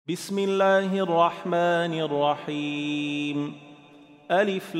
بسم الله الرحمن الرحيم. ألف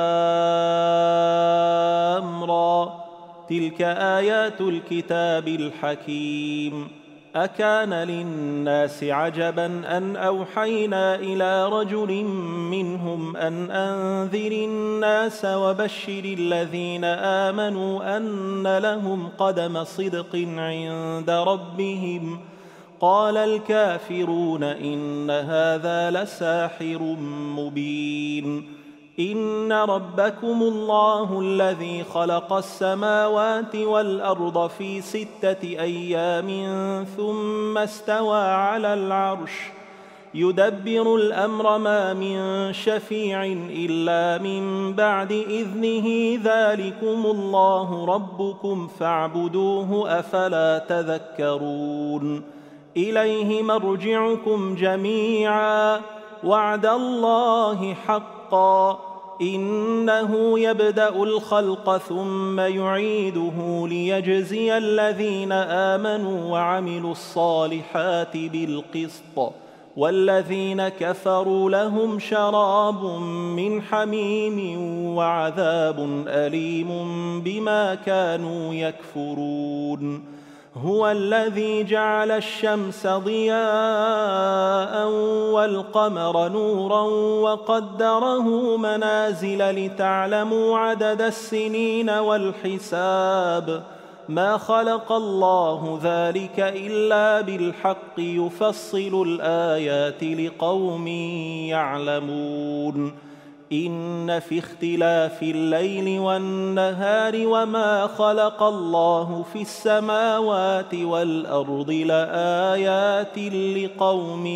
لام را، تلك آيات الكتاب الحكيم. أكان للناس عجبا أن أوحينا إلى رجل منهم أن أنذر الناس وبشر الذين آمنوا أن لهم قدم صدق عند ربهم. قال الكافرون إن هذا لساحر مبين. إن ربكم الله الذي خلق السماوات والأرض في 6 أيام ثم استوى على العرش يدبر الأمر ما من شفيع إلا من بعد إذنه ذلكم الله ربكم فاعبدوه أفلا تذكرون. إليه مرجعكم جميعا وعد الله حقا إنه يبدأ الخلق ثم يعيده ليجزي الذين آمنوا وعملوا الصالحات بالقسط والذين كفروا لهم شراب من حميم وعذاب أليم بما كانوا يكفرون. هو الذي جعل الشمس ضياء والقمر نورا وقدره منازل لتعلموا عدد السنين والحساب. ما خلق الله ذلك إلا بالحق يفصل الآيات لقوم يعلمون. إن في اختلاف الليل والنهار وما خلق الله في السماوات والأرض لآيات لقوم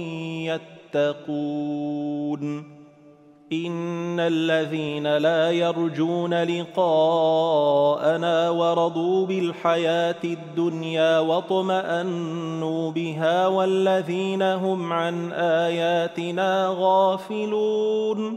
يتقون. إن الذين لا يرجون لقاءنا ورضوا بالحياة الدنيا واطمأنوا بها والذين هم عن آياتنا غافلون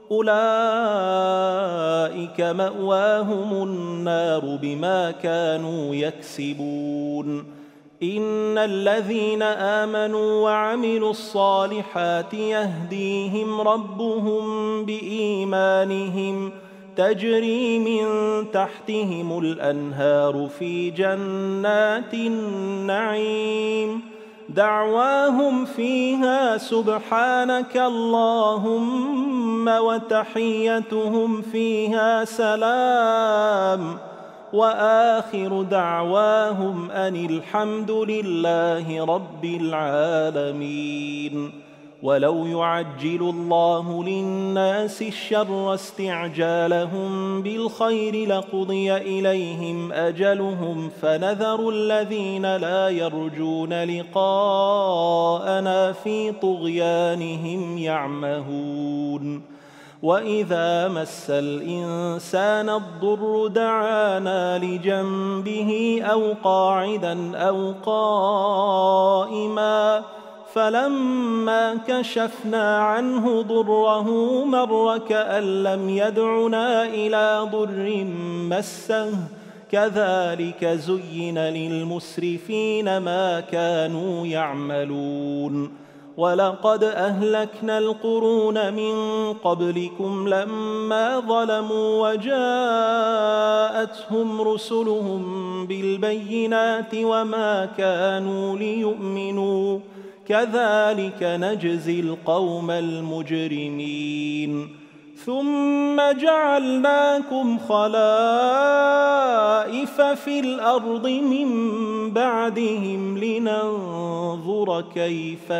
أولئك مأواهم النار بما كانوا يكسبون. إن الذين آمنوا وعملوا الصالحات يهديهم ربهم بإيمانهم تجري من تحتهم الأنهار في جنات النعيم دعواهم فيها سبحانك اللهم وتحيتهم فيها سلام وآخر دعواهم أن الحمد لله رب العالمين. ولو يعجل الله للناس الشر استعجالهم بالخير لقضي إليهم أجلهم فنذر الذين لا يرجون لقاءنا في طغيانهم يعمهون. وإذا مس الإنسان الضر دعانا لجنبه أو قاعدا أو قائما فلما كشفنا عنه ضره مر كأن لم يدعنا إلى ضر مسه كذلك زين للمسرفين ما كانوا يعملون. ولقد أهلكنا القرون من قبلكم لما ظلموا وجاءتهم رسلهم بالبينات وما كانوا ليؤمنوا كذلك نجزي القوم المجرمين. ثم جعلناكم خلائف في الأرض من بعدهم لننظر كيف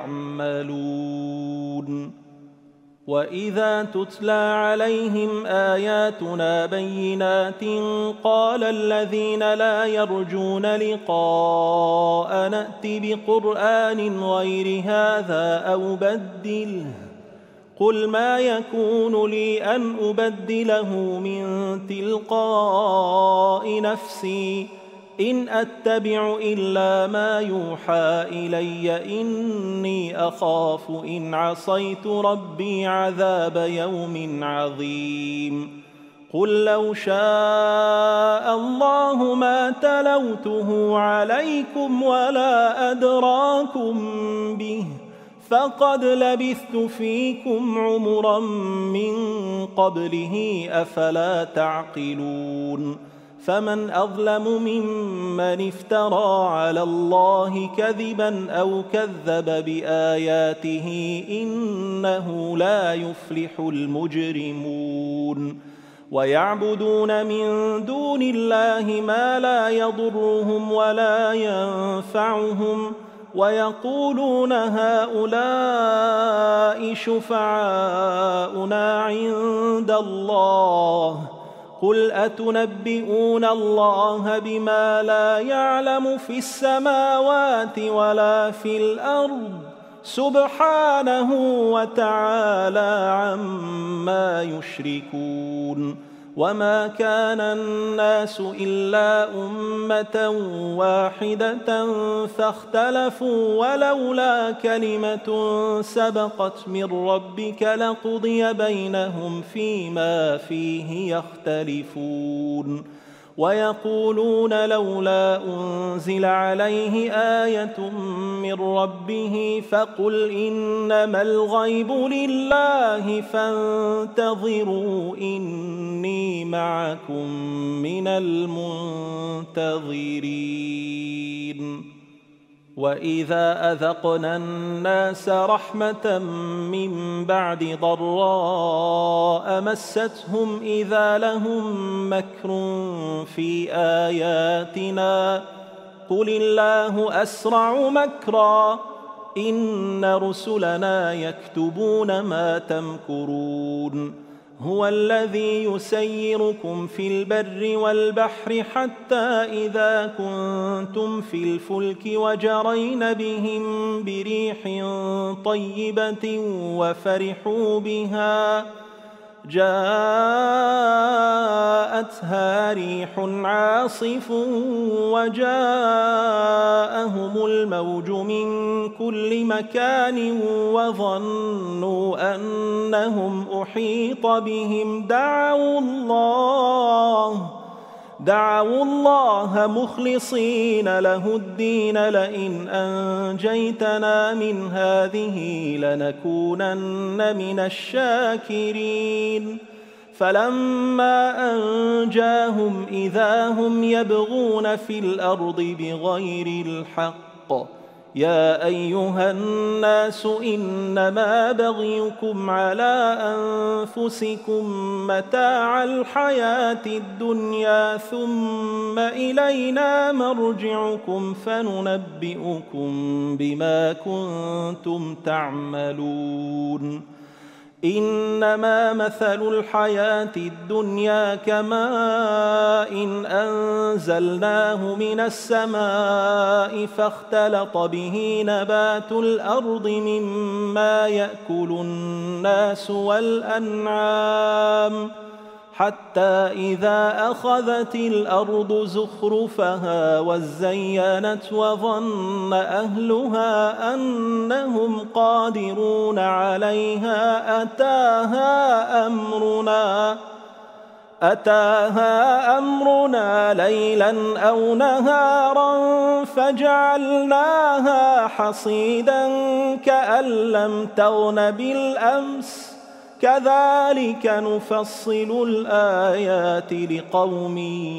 تعملون. وإذا تتلى عليهم آياتنا بينات قال الذين لا يرجون لقاء نأت بقرآن غير هذا أو بدله قل ما يكون لي أن أبدله من تلقاء نفسي إن أتبع إلا ما يوحى إلي إني أخاف إن عصيت ربي عذاب يوم عظيم. قل لو شاء الله ما تلوته عليكم ولا أدراكم به فقد لبثت فيكم عمرا من قبله أفلا تعقلون فمن أظلم ممن افترى على الله كذبا أو كذب بآياته إنه لا يفلح المجرمون ويعبدون من دون الله ما لا يضرهم ولا ينفعهم ويقولون هؤلاء شفعاؤنا عند الله قل أتنبئون الله بما لا يعلم في السماوات ولا في الأرض سبحانه وتعالى عما يشركون وما كان الناس إلا أمة واحدة فاختلفوا ولولا كلمة سبقت من ربك لقضي بينهم فيما فيه يختلفون ويقولون لولا أنزل عليه آية من ربه فقل إنما الغيب لله فانتظروا إني معكم من المنتظرين وإذا أذقنا الناس رحمة من بعد ضراء مستهم إذا لهم مكر في آياتنا قل الله أسرع مكرا إن رسلنا يكتبون ما تمكرون هو الذي يسيركم في البر والبحر حتى إذا كنتم في الفلك وجرين بهم بريح طيبة وفرحوا بها جاءتها ريح عاصف وجاءهم الموج من كل مكان وظنوا أنهم أحيط بهم دعوا الله مخلصين له الدين لئن أنجيتنا من هذه لنكونن من الشاكرين فلما أنجاهم إذا هم يبغون في الأرض بغير الحق يا أيها الناس إنما بغيكم على أنفسكم متاع الحياة الدنيا ثم إلينا مرجعكم فننبئكم بما كنتم تعملون إنما مثل الحياة الدنيا كماء إن أنزلناه من السماء فاختلط به نبات الأرض مما يأكل الناس والأنعام حتى إذا أخذت الأرض زخرفها وزينت وظن أهلها أنهم قادرون عليها أتاها أمرنا ليلا أو نهارا فجعلناها حصيدا كأن لم تغن بالأمس كذلك نفصل الآيات لقوم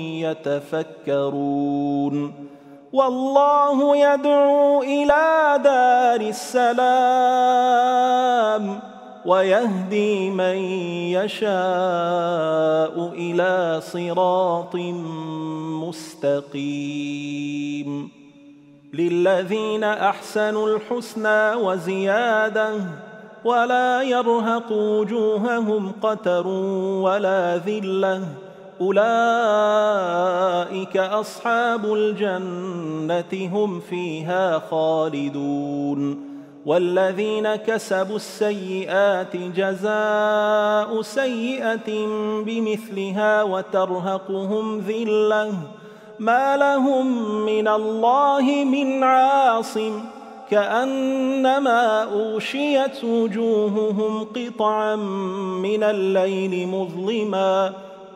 يتفكرون والله يدعو إلى دار السلام ويهدي من يشاء إلى صراط مستقيم للذين أحسنوا الحسنى وزيادة ولا يرهق وجوههم قتر ولا ذلة أولئك أصحاب الجنة هم فيها خالدون والذين كسبوا السيئات جزاء سيئة بمثلها وترهقهم ذلة ما لهم من الله من عاصم كأنما أغشيت وجوههم قطعا من الليل مظلما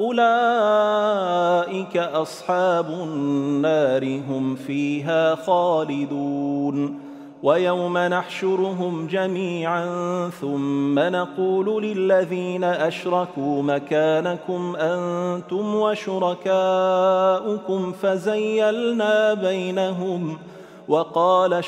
أولئك أصحاب النار هم فيها خالدون ويوم نحشرهم جميعا ثم نقول للذين أشركوا مكانكم أنتم وشركاؤكم فزيلنا بينهم وقال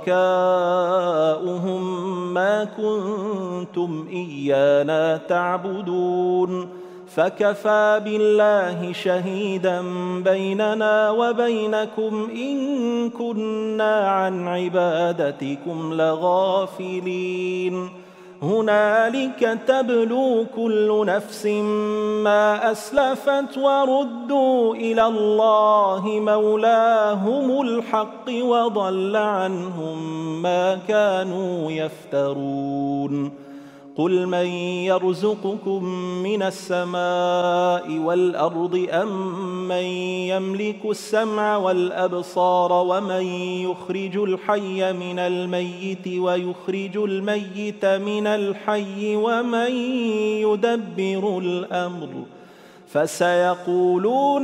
شركاؤهم ما كنتم إيانا تعبدون فكفى بالله شهيدا بيننا وبينكم إن كنا عن عبادتكم لغافلين هنالك تبلو كل نفس ما أسلفت وردوا إلى الله مولاهم الحق وضل عنهم ما كانوا يفترون قل من يرزقكم من السماء والأرض أم من يملك السمع والأبصار ومن يخرج الحي من الميت ويخرج الميت من الحي ومن يدبر الأمر فسيقولون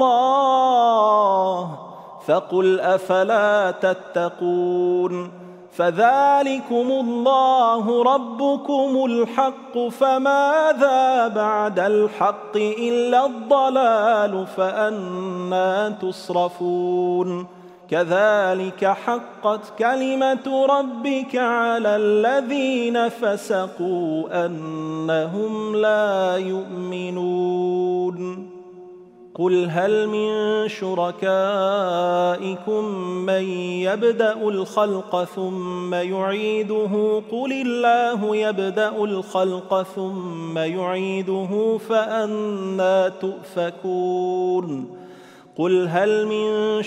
الله فقل أفلا تتقون فذلكم الله ربكم الحق فماذا بعد الحق إلا الضلال فأنى تصرفون كذلك حقت كلمة ربك على الذين فسقوا أنهم لا يؤمنون قل هل من شركائكم من يبدأ الخلق ثم يعيده قل الله يبدأ الخلق ثم يعيده فأنى تؤفكون قل هل من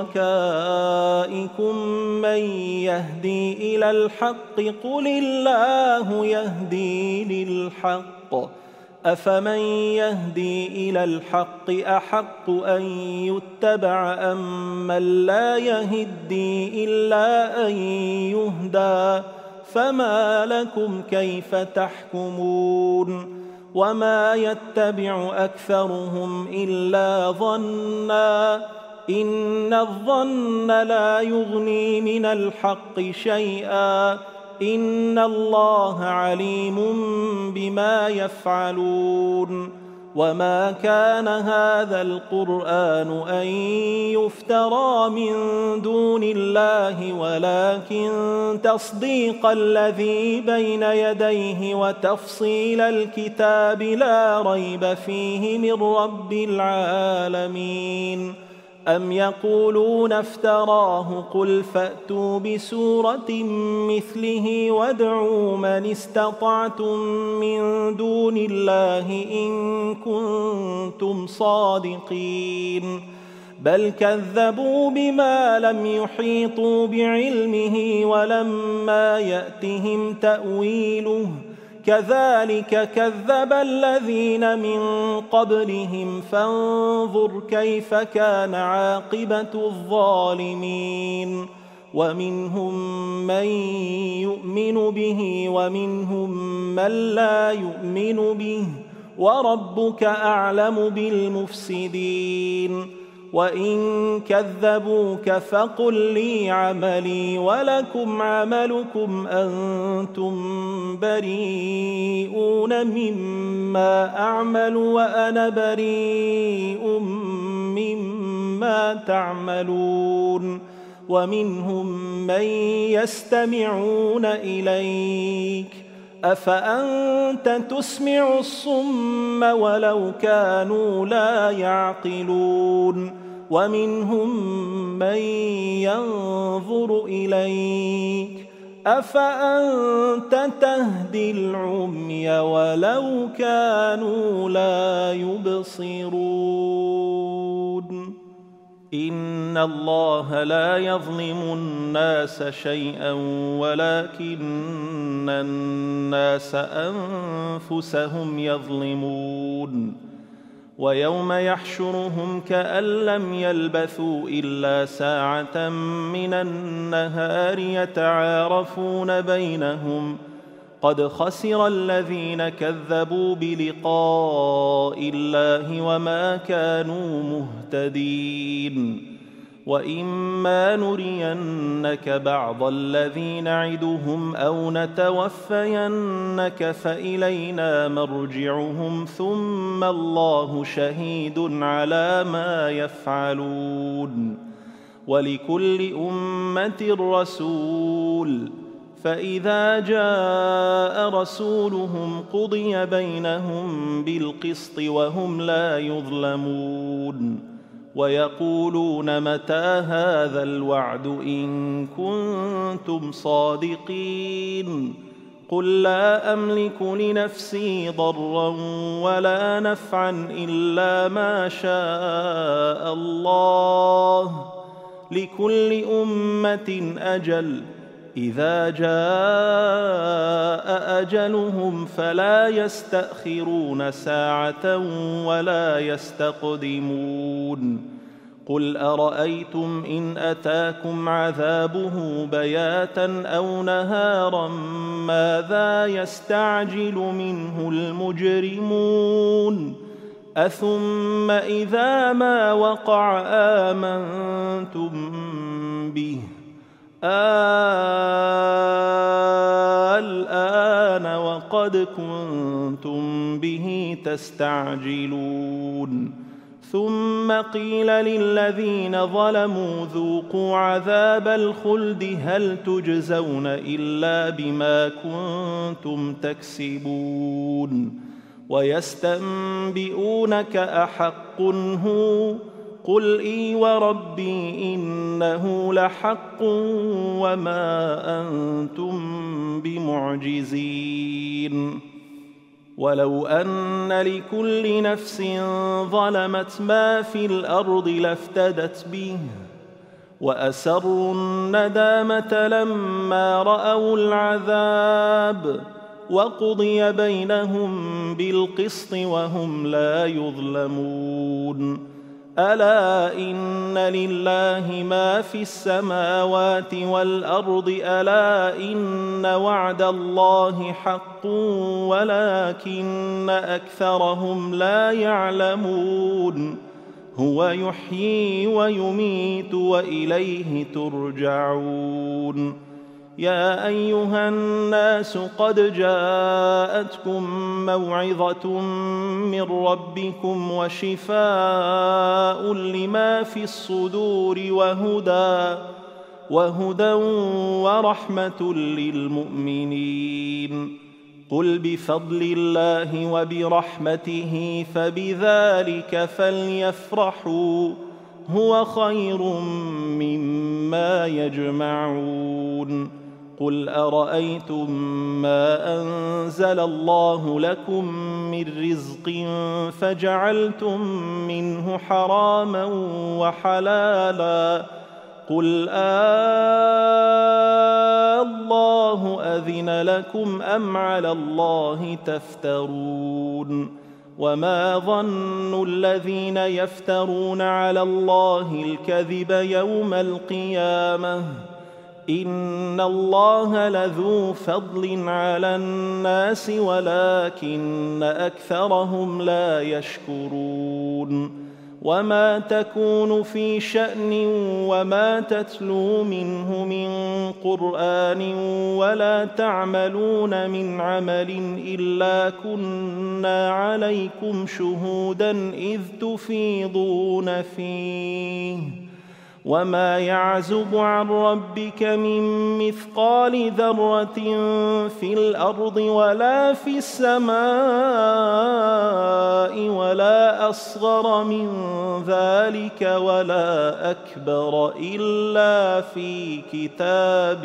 شركائكم من يهدي إلى الحق قل الله يهدي للحق أفمن يهدي إلى الحق أحق أن يتبع أم من لا يهدي إلا أن يهدى فما لكم كيف تحكمون وما يتبع أكثرهم إلا ظنا إن الظن لا يغني من الحق شيئا إن الله عليم بما يفعلون وما كان هذا القرآن أن يفترى من دون الله ولكن تصديق الذي بين يديه وتفصيل الكتاب لا ريب فيه من رب العالمين أم يقولون افتراه قل فأتوا بسورة مثله وادعوا من استطعتم من دون الله إن كنتم صادقين بل كذبوا بما لم يحيطوا بعلمه ولما يأتهم تأويله كذلك كذب الذين من قبلهم فانظر كيف كان عاقبة الظالمين ومنهم من يؤمن به ومنهم من لا يؤمن به وربك أعلم بالمفسدين وإن كذبوك فقل لي عملي ولكم عملكم أنتم بريئون مما أعمل وأنا بريء مما تعملون ومنهم من يستمعون إليك أفأنت تسمع الصم ولو كانوا لا يعقلون ومنهم من ينظر إليك أفأنت تهدي العمي ولو كانوا لا يبصرون إن الله لا يظلم الناس شيئا ولكن الناس أنفسهم يظلمون ويوم يحشرهم كأن لم يلبثوا إلا ساعة من النهار يتعارفون بينهم قد خسر الذين كذبوا بلقاء الله وما كانوا مهتدين وإما نرينك بعض الذي نعدهم أو نتوفينك فإلينا مرجعهم ثم الله شهيد على ما يفعلون ولكل أمة رسول فإذا جاء رسولهم قضي بينهم بالقسط وهم لا يظلمون ويقولون متى هذا الوعد إن كنتم صادقين قل لا أملك لنفسي ضرا ولا نفعا إلا ما شاء الله لكل أمة أجل إذا جاء أجلهم فلا يستأخرون ساعة ولا يستقدمون قل أرأيتم إن أتاكم عذابه بياتا أو نهارا ماذا يستعجل منه المجرمون أثم إذا ما وقع آمنتم به الآن وقد كنتم به تستعجلون ثم قيل للذين ظلموا ذوقوا عذاب الخلد هل تجزون إلا بما كنتم تكسبون ويستنبئونك أحق هو قل إي وربي إنه لحق وما أنتم بمعجزين ولو أن لكل نفس ظلمت ما في الأرض لافتدت به وأسروا الندامة لما رأوا العذاب وقضي بينهم بالقسط وهم لا يظلمون ألا إن لله ما في السماوات والأرض ألا إن وعد الله حق ولكن أكثرهم لا يعلمون هو يحيي ويميت وإليه ترجعون يا أيها الناس قد جاءتكم موعظة من ربكم وشفاء لما في الصدور وهدى ورحمة للمؤمنين قل بفضل الله وبرحمته فبذلك فليفرحوا هو خير مما يجمعون قل أرأيتم ما أنزل الله لكم من رزق فجعلتم منه حراما وحلالا قل الله أذن لكم أم على الله تفترون وما ظن الذين يفترون على الله الكذب يوم القيامة إن الله لذو فضل على الناس ولكن أكثرهم لا يشكرون وما تكون في شأن وما تتلو منه من قرآن ولا تعملون من عمل إلا كنا عليكم شهودا إذ تفيضون فيه وما يعزب عن ربك من مثقال ذرة في الأرض ولا في السماء ولا أصغر من ذلك ولا أكبر إلا في كتاب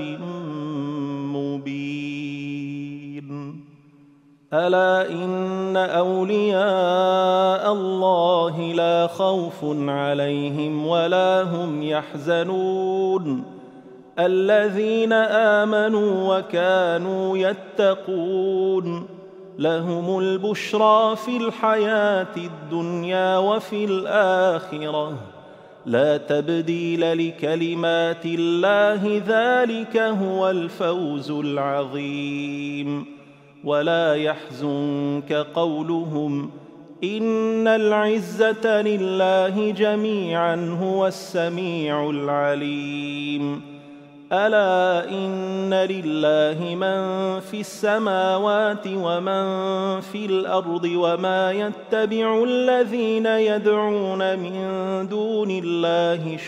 مبين ألا إن أولياء الله لا خوف عليهم ولا هم يحزنون الذين آمنوا وكانوا يتقون لهم البشرى في الحياة الدنيا وفي الآخرة لا تبديل لكلمات الله ذلك هو الفوز العظيم ولا يحزنك قولهم إن العزة لله جميعا هو السميع العليم ألا إن لله من في السماوات ومن في الأرض وما يتبع الذين يدعون من دون الله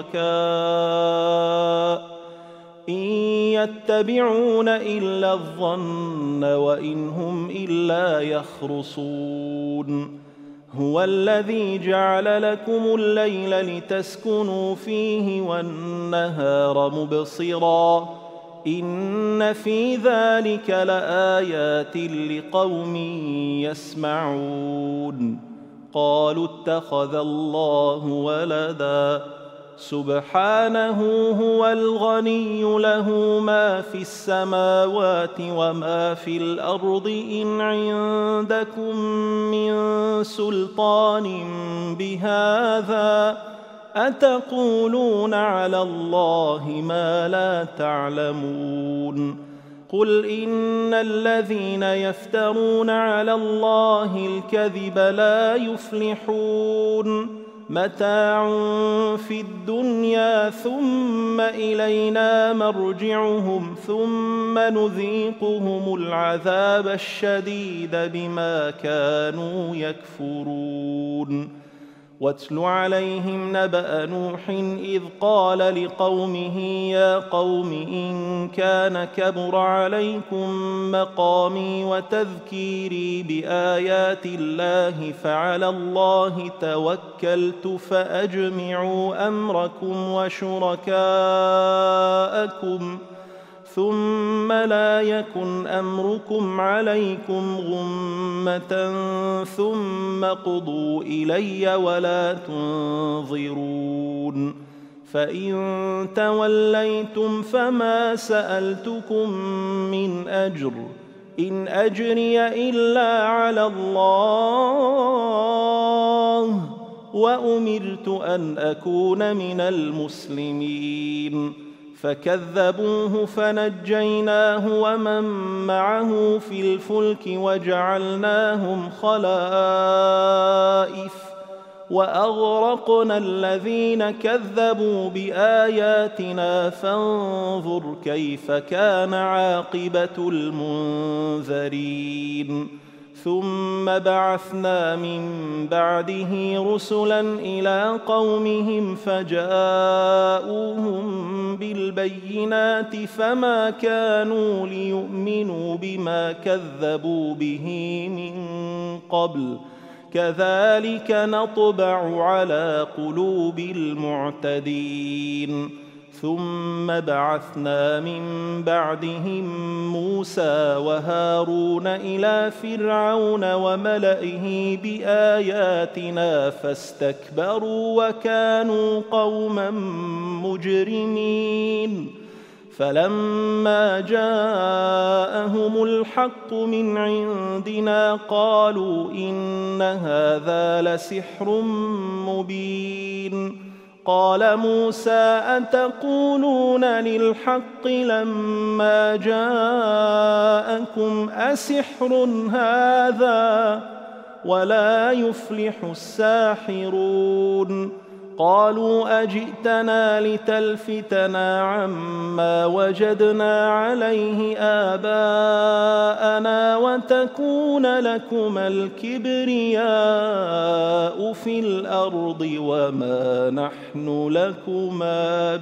شركاء إن يتبعون إلا الظن وإن هم إلا يخرصون هو الذي جعل لكم الليل لتسكنوا فيه والنهار مبصرا إن في ذلك لآيات لقوم يسمعون قالوا اتخذ الله ولدا سبحانه هو الغني له ما في السماوات وما في الأرض إن عندكم من سلطان بهذا أتقولون على الله ما لا تعلمون قل إن الذين يفترون على الله الكذب لا يفلحون متاع في الدنيا ثم إلينا مرجعهم ثم نذيقهم العذاب الشديد بما كانوا يكفرون واتل عليهم نبأ نوح إذ قال لقومه يا قوم إن كان كبر عليكم مقامي وتذكيري بآيات الله فعلى الله توكلت فأجمعوا أمركم وشركاءكم ثم لا يكن أمركم عليكم غمة ثم قضوا إلي ولا تنظرون فإن توليتم فما سألتكم من أجر إن أجري إلا على الله وأمرت أن أكون من المسلمين فكذبوه فنجيناه ومن معه في الفلك وجعلناهم خلائف وأغرقنا الذين كذبوا بآياتنا فانظر كيف كان عاقبة المنذرين ثم بعثنا من بعده رسلا إلى قومهم فجاءوهم بالبينات فما كانوا ليؤمنوا بما كذبوا به من قبل كذلك نطبع على قلوب المعتدين ثم بعثنا من بعدهم موسى وهارون إلى فرعون وملئه بآياتنا فاستكبروا وكانوا قوما مجرمين فلما جاءهم الحق من عندنا قالوا إن هذا لسحر مبين قال موسى أتقولون للحق لما جاءكم أسحر هذا ولا يفلح الساحرون قالوا أجئتنا لتلفتنا عما وجدنا عليه آباءنا وتكون لكما الكبرياء في الأرض وما نحن لكما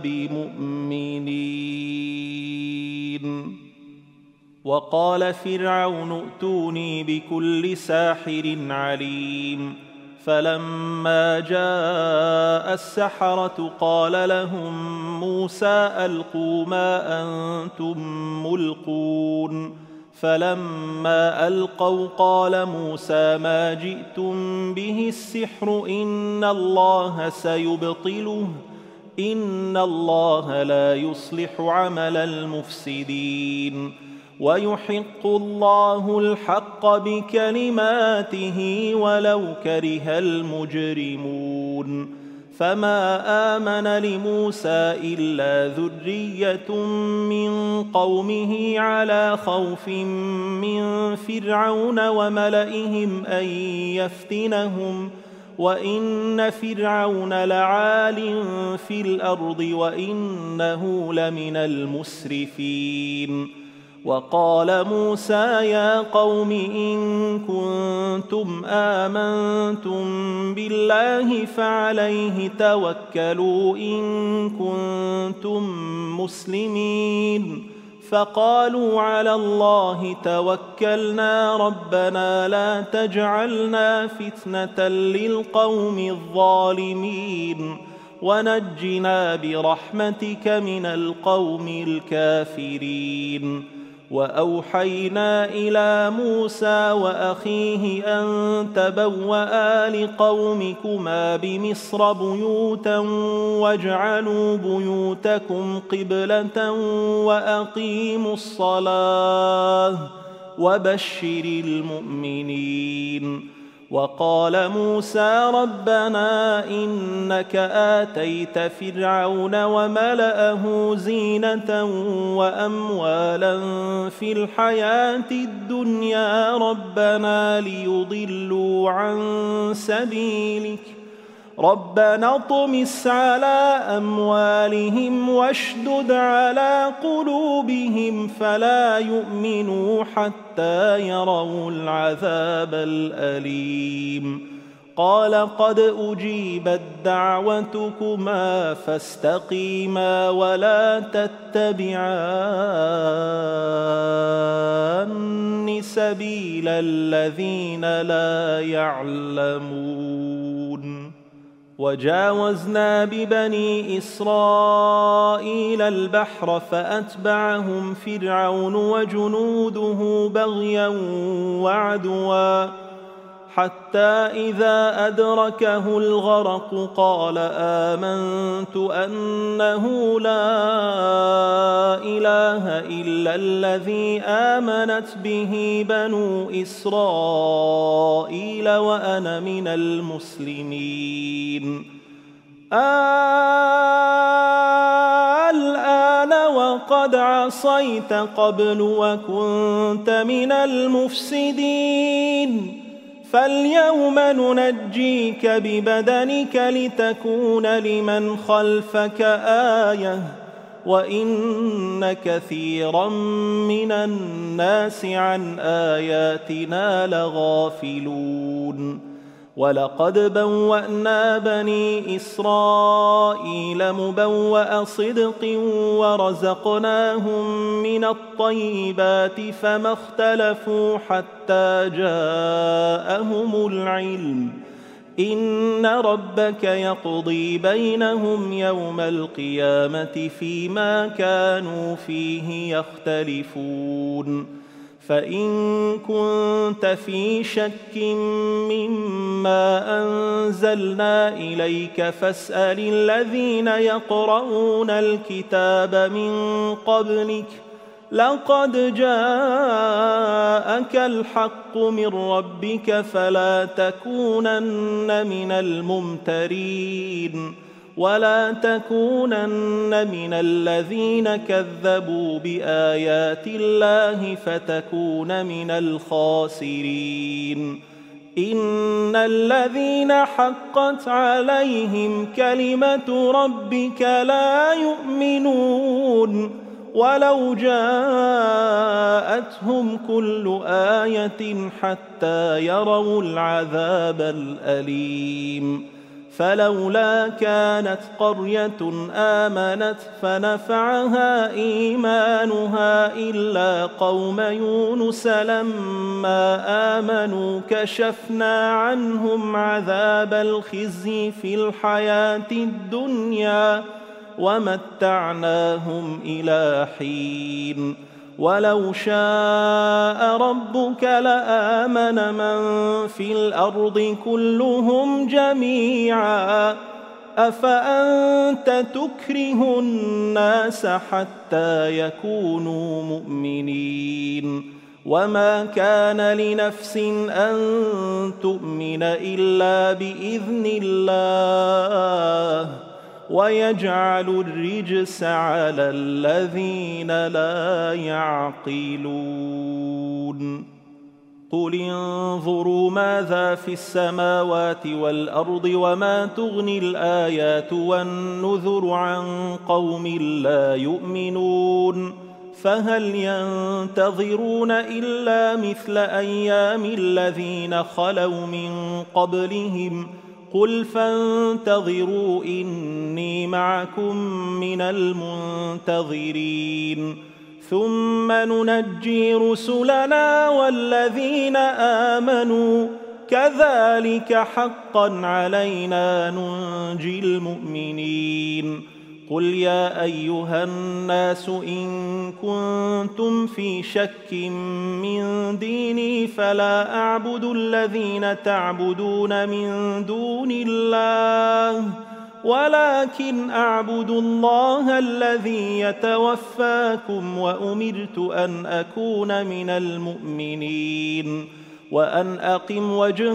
بمؤمنين وقال فرعون ائتوني بكل ساحر عليم فلما جاء السحرة قال لهم موسى ألقوا ما أنتم ملقون فلما ألقوا قال موسى ما جئتم به السحر إن الله سيبطله إن الله لا يصلح عمل المفسدين ويحق الله الحق بكلماته ولو كره المجرمون فما آمن لموسى إلا ذرية من قومه على خوف من فرعون وملئهم أن يفتنهم وإن فرعون لعال في الأرض وإنه لمن المسرفين. وقال موسى يا قوم إن كنتم آمنتم بالله فعليه توكلوا إن كنتم مسلمين. فقالوا على الله توكلنا ربنا لا تجعلنا فتنة للقوم الظالمين ونجنا برحمتك من القوم الكافرين. وأوحينا إلى موسى وأخيه أن تبوأ لقومكما بمصر بيوتا واجعلوا بيوتكم قبلة وأقيموا الصلاة وبشر المؤمنين. وقال موسى ربنا إنك آتيت فرعون وملأه زينة وأموالا في الحياة الدنيا ربنا ليضلوا عن سبيلك ربنا اطمس على أموالهم واشدد على قلوبهم فلا يؤمنوا حتى يروا العذاب الأليم. قال قد أجيبت دعوتكما فاستقيما ولا تتبعان سبيل الذين لا يعلمون. وجاوزنا ببني إسرائيل البحر فأتبعهم فرعون وجنوده بغيا وعدوا حتى إذا أدركه الغرق قال آمنت أنه لا إله إلا الذي آمنت به بنو إسرائيل وأنا من المسلمين. الآن وقد عصيت قبل وكنت من المفسدين فاليوم ننجيك ببدنك لتكون لمن خلفك آية وإن كثيرا من الناس عن آياتنا لغافلون. ولقد بوأنا بني إسرائيل مبوأ صدق ورزقناهم من الطيبات فما اختلفوا حتى جاءهم العلم إن ربك يقضي بينهم يوم القيامة فيما كانوا فيه يختلفون. فإن كنت في شك مما أنزلنا إليك فاسأل الذين يقرؤون الكتاب من قبلك لقد جاءك الحق من ربك فلا تكونن من الممترين ولا تكونن من الذين كذبوا بآيات الله فتكون من الخاسرين. إن الذين حقت عليهم كلمة ربك لا يؤمنون ولو جاءتهم كل آية حتى يروا العذاب الأليم. فلولا كانت قرية آمنت فنفعها إيمانها إلا قوم يونس لما آمنوا كشفنا عنهم عذاب الخزي في الحياة الدنيا ومتعناهم إلى حين. ولو شاء ربك لآمن من في الأرض كلهم جميعا أفأنت تكره الناس حتى يكونوا مؤمنين وما كان لنفس أن تؤمن إلا بإذن الله ويجعل الرجس على الذين لا يعقلون قل انظروا ماذا في السماوات والأرض وما تغني الآيات والنذر عن قوم لا يؤمنون فهل ينتظرون إلا مثل أيام الذين خلوا من قبلهم قل فانتظروا إني معكم من المنتظرين ثم ننجي رسلنا والذين آمنوا كذلك حقا علينا ننجي المؤمنين قل يا أيها الناس إن كنتم في شك من ديني فلا أعبد الذين تعبدون من دون الله ولكن أعبد الله الذي يتوفاكم وأمرت أن أكون من المؤمنين وأن أقم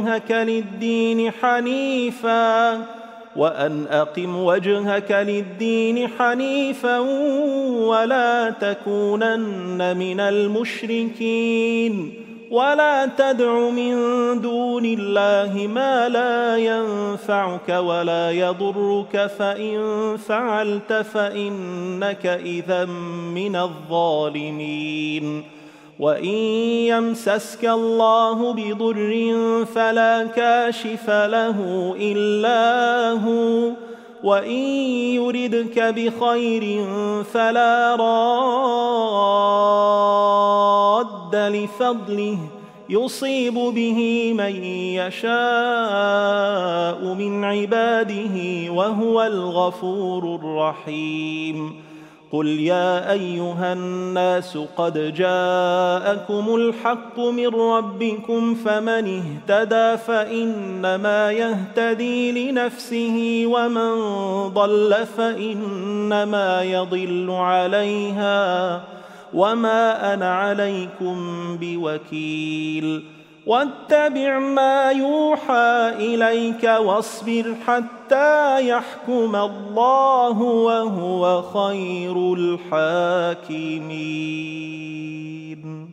وجهك للدين حنيفا ولا تكونن من المشركين ولا تدع من دون الله ما لا ينفعك ولا يضرك فإن فعلت فإنك إذا من الظالمين وإن يمسسك الله بضر فلا كاشف له إلا هو وإن يردك بخير فلا راد لفضله يصيب به من يشاء من عباده وهو الغفور الرحيم قل يا أيها الناس قد جاءكم الحق من ربكم فمن اهتدى فإنما يهتدي لنفسه ومن ضل فإنما يضل عليها وما أنا عليكم بوكيل واتبع ما يوحى إليك واصبر حتى يحكم الله وهو خير الحاكمين.